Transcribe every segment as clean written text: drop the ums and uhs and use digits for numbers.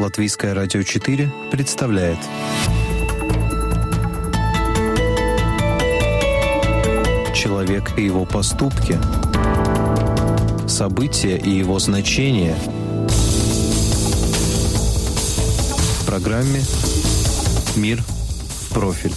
Латвийское радио 4 представляет «Человек и его поступки. События и его значения». В программе «Мир в профиль».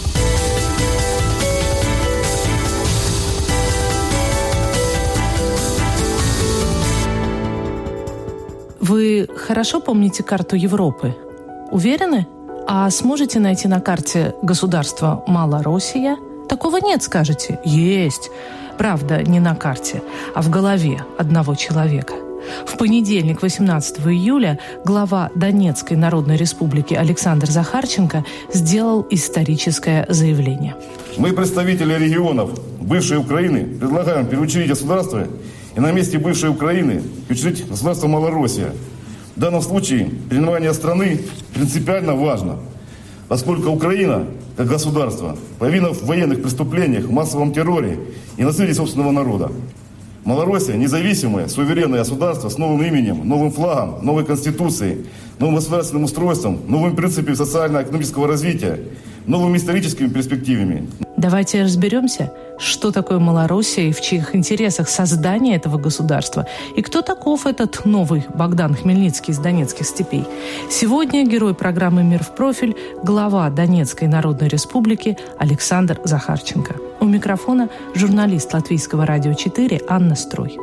Вы хорошо помните карту Европы? Уверены? А сможете найти на карте государство Малороссия? Такого нет, скажете? Есть. Правда, не на карте, а в голове одного человека. В понедельник, 18 июля, глава Донецкой Народной Республики Александр Захарченко сделал историческое заявление. Мы, представители регионов бывшей Украины, предлагаем переучредить государство и на месте бывшей Украины учредить государство Малороссия. В данном случае переименование страны принципиально важно, поскольку Украина, как государство, повинна в военных преступлениях, массовом терроре и насилии собственного народа. Малороссия – независимое, суверенное государство с новым именем, новым флагом, новой конституцией, новым государственным устройством, новым принципами социально-экономического развития, новыми историческими перспективами. Давайте разберемся, что такое Малороссия и в чьих интересах создание этого государства, и кто таков этот новый Богдан Хмельницкий из Донецких степей. Сегодня герой программы «Мир в профиль», глава Донецкой Народной Республики Александр Захарченко. У микрофона журналист Латвийского радио 4 Анна Строй.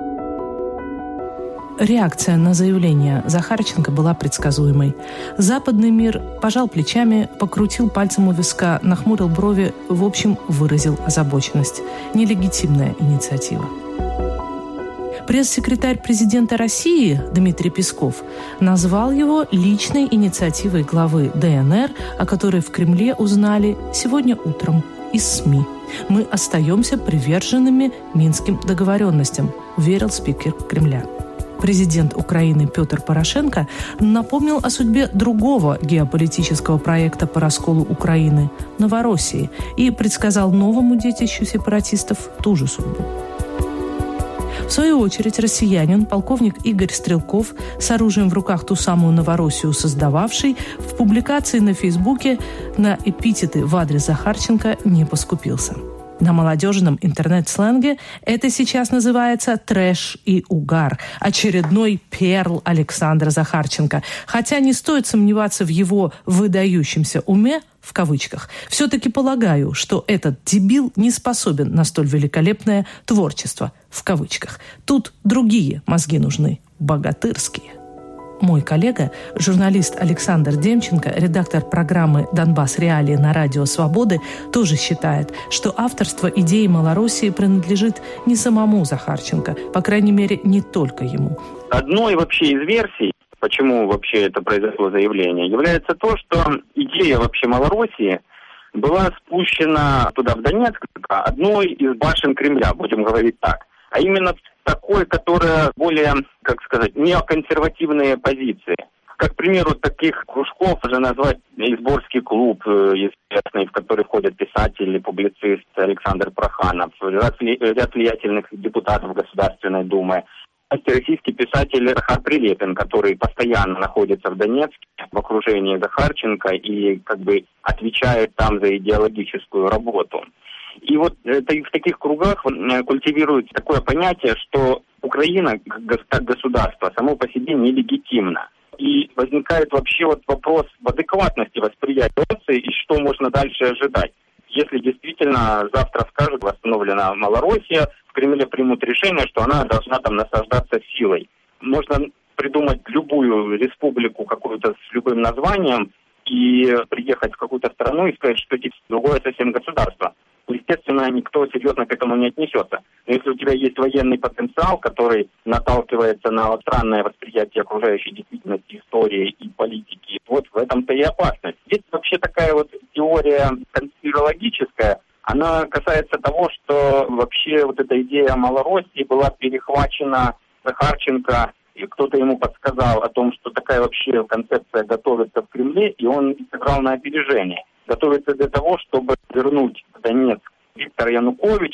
Реакция на заявление Захарченко была предсказуемой. Западный мир пожал плечами, покрутил пальцем у виска, нахмурил брови, в общем, выразил озабоченность. Нелегитимная инициатива. Пресс-секретарь президента России Дмитрий Песков назвал его личной инициативой главы ДНР, о которой в Кремле узнали сегодня утром из СМИ. «Мы остаемся приверженными Минским договоренностям», уверил спикер Кремля. Президент Украины Петр Порошенко напомнил о судьбе другого геополитического проекта по расколу Украины – Новороссии, и предсказал новому детищу сепаратистов ту же судьбу. В свою очередь, россиянин, полковник Игорь Стрелков, с оружием в руках ту самую Новороссию создававший, в публикации на Фейсбуке на эпитеты в адрес Захарченко не поскупился. На молодежном интернет-сленге это сейчас называется трэш и угар. Очередной перл Александра Захарченко. Хотя не стоит сомневаться в его «выдающемся уме», в кавычках. Все-таки полагаю, что этот дебил не способен на столь великолепное творчество, в кавычках. Тут другие мозги нужны, богатырские. Мой коллега, журналист Александр Демченко, редактор программы «Донбасс. Реалии» на Радио Свободы, тоже считает, что авторство идеи Малороссии принадлежит не самому Захарченко, по крайней мере, не только ему. Одной вообще из версий, почему вообще это произошло заявление, является то, что идея вообще Малороссии была спущена туда, в Донецк, одной из башен Кремля, будем говорить так. А именно такой, которая более, как сказать, неоконсервативные позиции. Как, к примеру, таких кружков уже назвать Изборский клуб, известный, в который входят писатель и публицист Александр Проханов, ряд влиятельных депутатов Государственной Думы, российский писатель Рахат Прилепин, который постоянно находится в Донецке в окружении Захарченко и как бы отвечает там за идеологическую работу. И вот в таких кругах культивируется такое понятие, что Украина как государство само по себе нелегитимно. И возникает вообще вот вопрос в адекватности восприятия ситуации и что можно дальше ожидать. Если действительно завтра скажут, восстановлена Малороссия, в Кремле примут решение, что она должна там насаждаться силой. Можно придумать любую республику какую-то с любым названием и приехать в какую-то страну и сказать, что это другое совсем государство. Естественно, никто серьезно к этому не отнесется. Но если у тебя есть военный потенциал, который наталкивается на странное восприятие окружающей действительности, истории и политики, вот в этом-то и опасность. Есть вообще такая вот теория конспирологическая, она касается того, что вообще вот эта идея Малороссии была перехвачена Захарченко, и кто-то ему подсказал о том, что такая вообще концепция готовится в Кремле, и он сыграл на опережение. Готовится для того, чтобы вернуть в Донецк Виктора Януковича,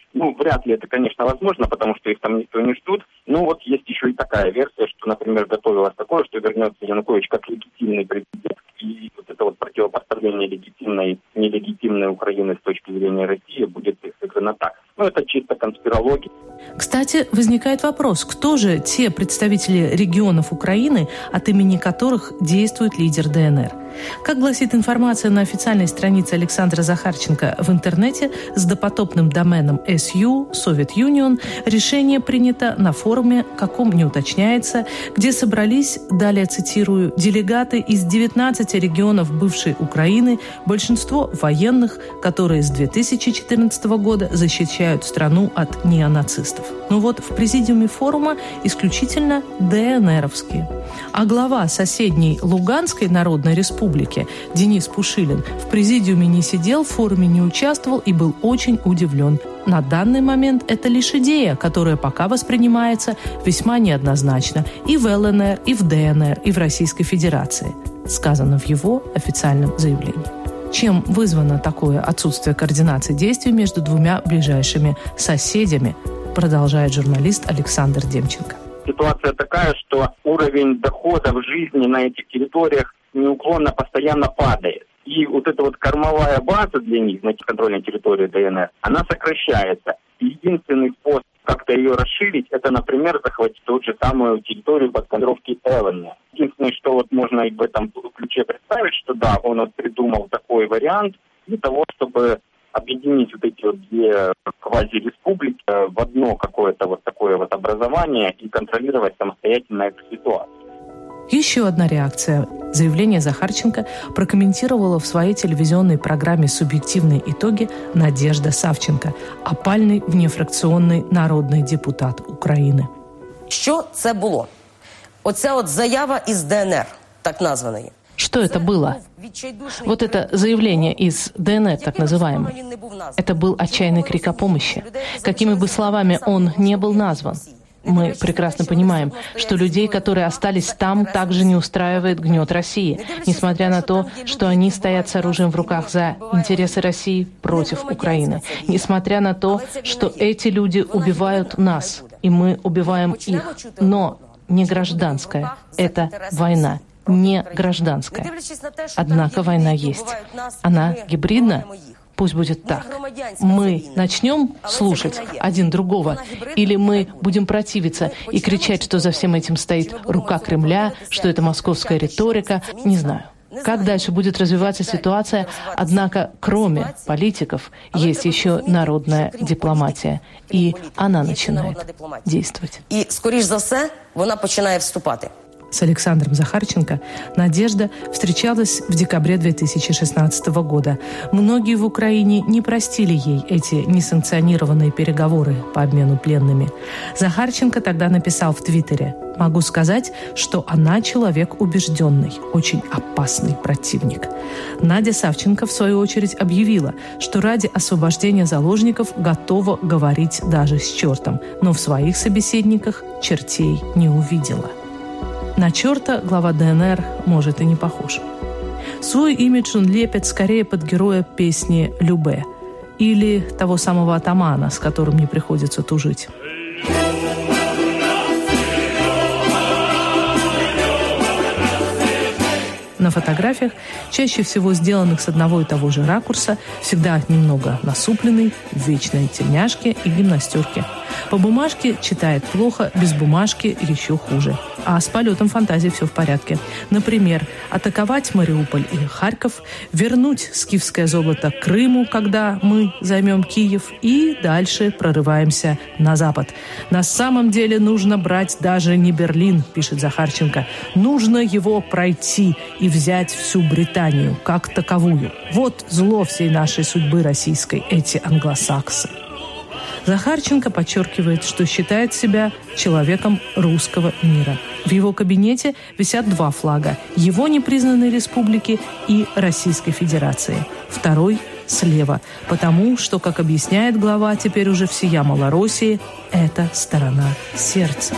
Вряд ли это, конечно, возможно, потому что их там никто не ждут. Но вот есть еще и такая версия, что, например, готовилось такое, что вернется Янукович как легитимный президент. И вот это вот противопоставление легитимной и нелегитимной Украины с точки зрения России будет сыграно так. Это чисто конспирология. Кстати, возникает вопрос, кто же те представители регионов Украины, от имени которых действует лидер ДНР? Как гласит информация на официальной странице Александра Захарченко в интернете, с допотопным доменом SU, Soviet Union, решение принято на форуме, каком не уточняется, где собрались, далее цитирую, делегаты из 19 регионов бывшей Украины, большинство военных, которые с 2014 года защищают страну от неонацистов. Но вот в президиуме форума исключительно ДНРовские. А глава соседней Луганской Народной Республики Денис Пушилин в президиуме не сидел, в форуме не участвовал и был очень удивлен. На данный момент это лишь идея, которая пока воспринимается весьма неоднозначно и в ЛНР, и в ДНР, и в Российской Федерации, сказано в его официальном заявлении. Чем вызвано такое отсутствие координации действий между двумя ближайшими соседями, продолжает журналист Александр Демченко. Ситуация такая, что уровень доходов жизни на этих территориях неуклонно постоянно падает. И вот эта вот кормовая база для них на контрольной территории ДНР, она сокращается. И единственный способ как-то ее расширить, это, например, захватить ту же самую территорию подконтрольки ЛНР. Единственное, что вот можно и в этом ключе представить, что да, он вот придумал такой вариант для того, чтобы объединить вот эти вот две квазиреспублики в одно какое-то вот такое вот образование и контролировать самостоятельно эту ситуацию. Еще одна реакция. Заявление Захарченко прокомментировала в своей телевизионной программе «Субъективные итоги» Надежда Савченко, опальний внефракційний народний депутат України. Що це було? Оця от заява із ДНР, так названої. Что это было? Вот это заявление из ДНР, так называемое. Это был отчаянный крик о помощи. Какими бы словами он не был назван. Мы прекрасно понимаем, что людей, которые остались там, также не устраивает гнет России, несмотря на то, что они стоят с оружием в руках за интересы России против Украины, несмотря на то, что эти люди убивают нас, и мы убиваем их. Но не гражданская, это война. Не гражданская. Однако война есть. Она гибридна? Пусть будет так. Мы начнем слушать один другого, или мы будем противиться и кричать, что за всем этим стоит рука Кремля, что это московская риторика? Не знаю. Как дальше будет развиваться ситуация? Однако, кроме политиков, есть еще народная дипломатия. И она начинает действовать. И, скорее за все, она начинает вступать. С Александром Захарченко Надежда встречалась в декабре 2016 года. Многие в Украине не простили ей эти несанкционированные переговоры по обмену пленными. Захарченко тогда написал в Твиттере: «Могу сказать, что она человек убежденный, очень опасный противник». Надя Савченко, в свою очередь, объявила, что ради освобождения заложников готова говорить даже с чертом, но в своих собеседниках чертей не увидела. На черта глава ДНР, может, и не похож. Свой имидж он лепит скорее под героя песни «Любе» или того самого атамана, с которым не приходится тужить. На фотографиях, чаще всего сделанных с одного и того же ракурса, всегда немного насупленный, в вечной тельняшке и гимнастерке. По бумажке читает плохо, без бумажки еще хуже. А с полетом фантазии все в порядке. Например, атаковать Мариуполь или Харьков, вернуть скифское золото Крыму, когда мы займем Киев, и дальше прорываемся на запад. На самом деле нужно брать даже не Берлин, пишет Захарченко. Нужно его пройти и взять всю Британию как таковую. Вот зло всей нашей судьбы российской, эти англосаксы. Захарченко подчеркивает, что считает себя человеком русского мира. В его кабинете висят два флага – его непризнанной республики и Российской Федерации. Второй – слева, потому что, как объясняет глава теперь уже всея Малороссии, это сторона сердца.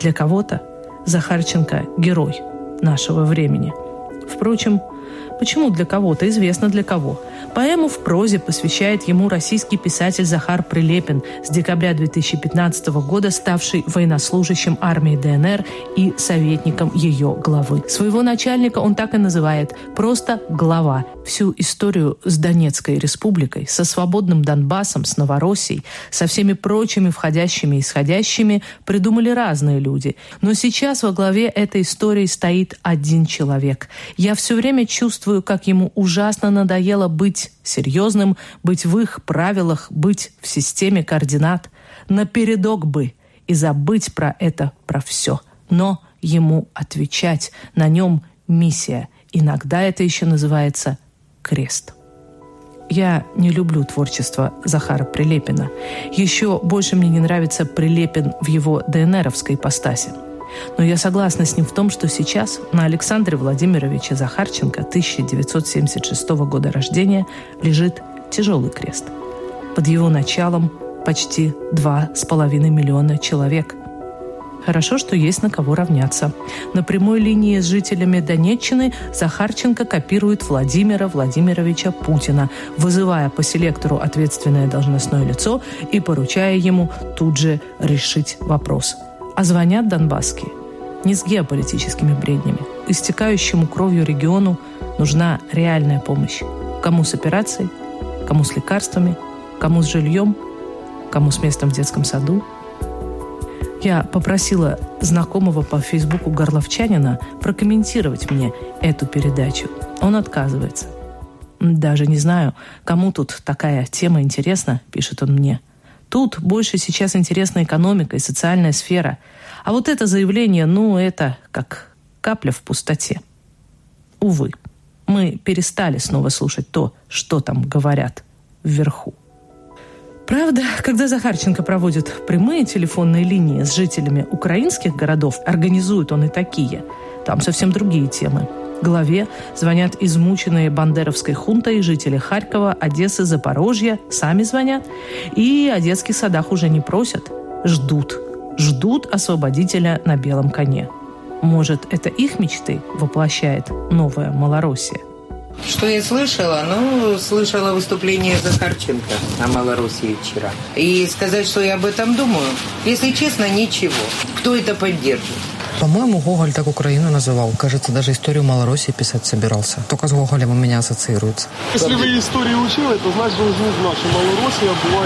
Для кого-то Захарченко – герой нашего времени. Впрочем, почему для кого-то? Известно для кого. Поэму в прозе посвящает ему российский писатель Захар Прилепин, с декабря 2015 года ставший военнослужащим армии ДНР и советником ее главы. Своего начальника он так и называет – просто глава. Всю историю с Донецкой республикой, со свободным Донбассом, с Новороссией, со всеми прочими входящими и исходящими придумали разные люди. Но сейчас во главе этой истории стоит один человек. Я все время чувствую, как ему ужасно надоело быть серьезным, быть в их правилах, быть в системе координат. Напередок бы и забыть про это, про все. Но ему отвечать, на нем миссия. Иногда это еще называется крест. Я не люблю творчество Захара Прилепина. Еще больше мне не нравится Прилепин в его ДНРовской ипостаси. Но я согласна с ним в том, что сейчас на Александре Владимировиче Захарченко 1976 года рождения лежит тяжелый крест. Под его началом почти 2,5 миллиона человек. Хорошо, что есть на кого равняться. На прямой линии с жителями Донеччины Захарченко копирует Владимира Владимировича Путина, вызывая по селектору ответственное должностное лицо и поручая ему тут же решить вопрос. А звонят донбасские не с геополитическими бреднями. Истекающему кровью региону нужна реальная помощь. Кому с операцией, кому с лекарствами, кому с жильем, кому с местом в детском саду. Я попросила знакомого по Фейсбуку горловчанина прокомментировать мне эту передачу. Он отказывается. «Даже не знаю, кому тут такая тема интересна», — пишет он мне. «Тут больше сейчас интересна экономика и социальная сфера. А вот это заявление, это как капля в пустоте». Увы, мы перестали снова слушать то, что там говорят вверху. Правда, когда Захарченко проводит прямые телефонные линии с жителями украинских городов, организует он и такие, там совсем другие темы. Главе звонят измученные бандеровской хунтой жители Харькова, Одессы, Запорожья, сами звонят. И о детских садах уже не просят, ждут освободителя на белом коне. Может, это их мечты воплощает новая Малороссия? Что я слышала? Слышала выступление Захарченко о Малороссии вчера. И сказать, что я об этом думаю, если честно, ничего. Кто это поддержит? По-моему, Гоголь так Украину называл. Кажется, даже историю Малороссии писать собирался. Только с Гоголем у меня ассоциируется. Если вы историю учили, то значит, вы знать, что Малороссия была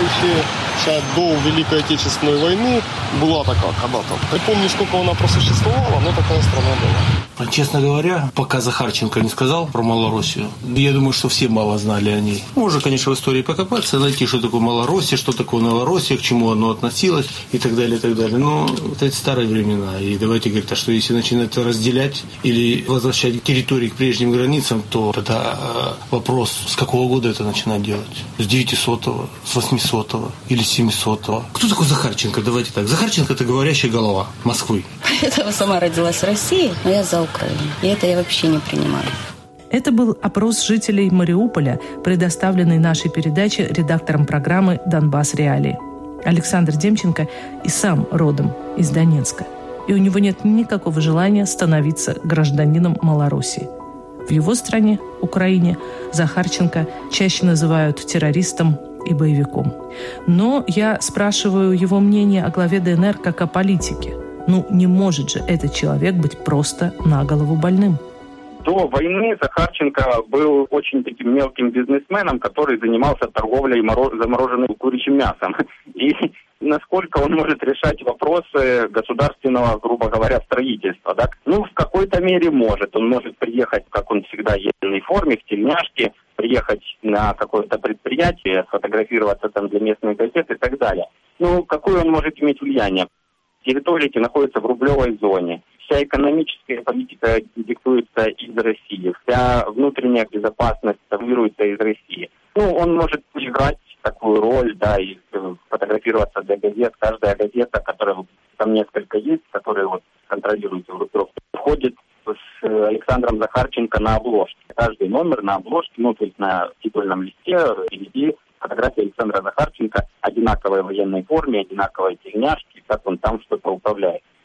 еще до Великой Отечественной войны. Была такая когда-то. Не помню, сколько она просуществовала, но такая страна была. Честно говоря, пока Захарченко не сказал про Малороссию, я думаю, что все мало знали о ней. Можно, конечно, в истории покопаться, найти, что такое Малороссия, что такое Новороссия, к чему оно относилось и так далее, и так далее. Но это старые времена. И давайте говорить, что если начинать разделять или возвращать территории к прежним границам, то тогда вопрос, с какого года это начинать делать? С 900-го, с 800-го или 700-го? Кто такой Захарченко? Давайте так. Захарченко – это говорящая голова Москвы. Я сама родилась в России, но я за Украину. И это я вообще не принимаю. Это был опрос жителей Мариуполя, предоставленный нашей передаче редактором программы «Донбасс. Реалии». Александр Демченко и сам родом из Донецка. И у него нет никакого желания становиться гражданином Малороссии. В его стране, Украине, Захарченко чаще называют террористом и боевиком. Но я спрашиваю его мнение о главе ДНР как о политике. Не может же этот человек быть просто на голову больным. До войны Захарченко был очень таким мелким бизнесменом, который занимался торговлей замороженным курьим мясом. И насколько он может решать вопросы государственного, грубо говоря, строительства, да? В какой-то мере может. Он может приехать, как он всегда, в военной форме, в тельняшке, приехать на какое-то предприятие, сфотографироваться там для местных газет и так далее. Какое он может иметь влияние? Территории эти находятся в рублевой зоне. Вся экономическая политика диктуется из России. Вся внутренняя безопасность формируется из России. Он может играть такую роль, и фотографироваться для газет. Каждая газета, которая там несколько есть, которые контролируются в группировке, входит с Александром Захарченко на обложке. Каждый номер на обложке, то есть на титульном листе впереди фотография Александра Захарченко, одинаковой военной форме, одинаковой тельняшки, как он там что-то управляет.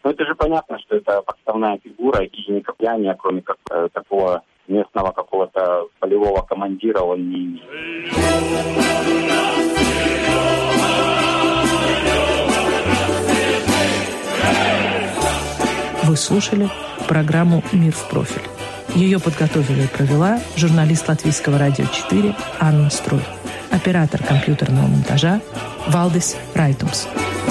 Но это же понятно, что это подставная фигура, и никакого влияния, кроме как такого местного какого-то полевого командира, он не имеет. Вы слушали программу «Мир в профиль». Ее подготовила и провела журналист Латвийского радио 4 Анна Струй, оператор компьютерного монтажа Валдис Райтумс.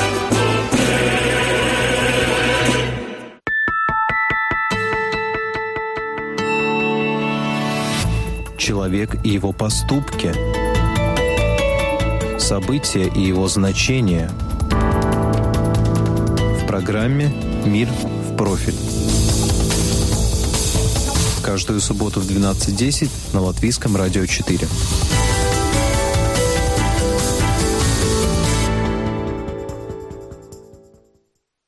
Человек и его поступки. События и его значения. В программе «Мир в профиль». Каждую субботу в 12:10 на Латвийском радио 4.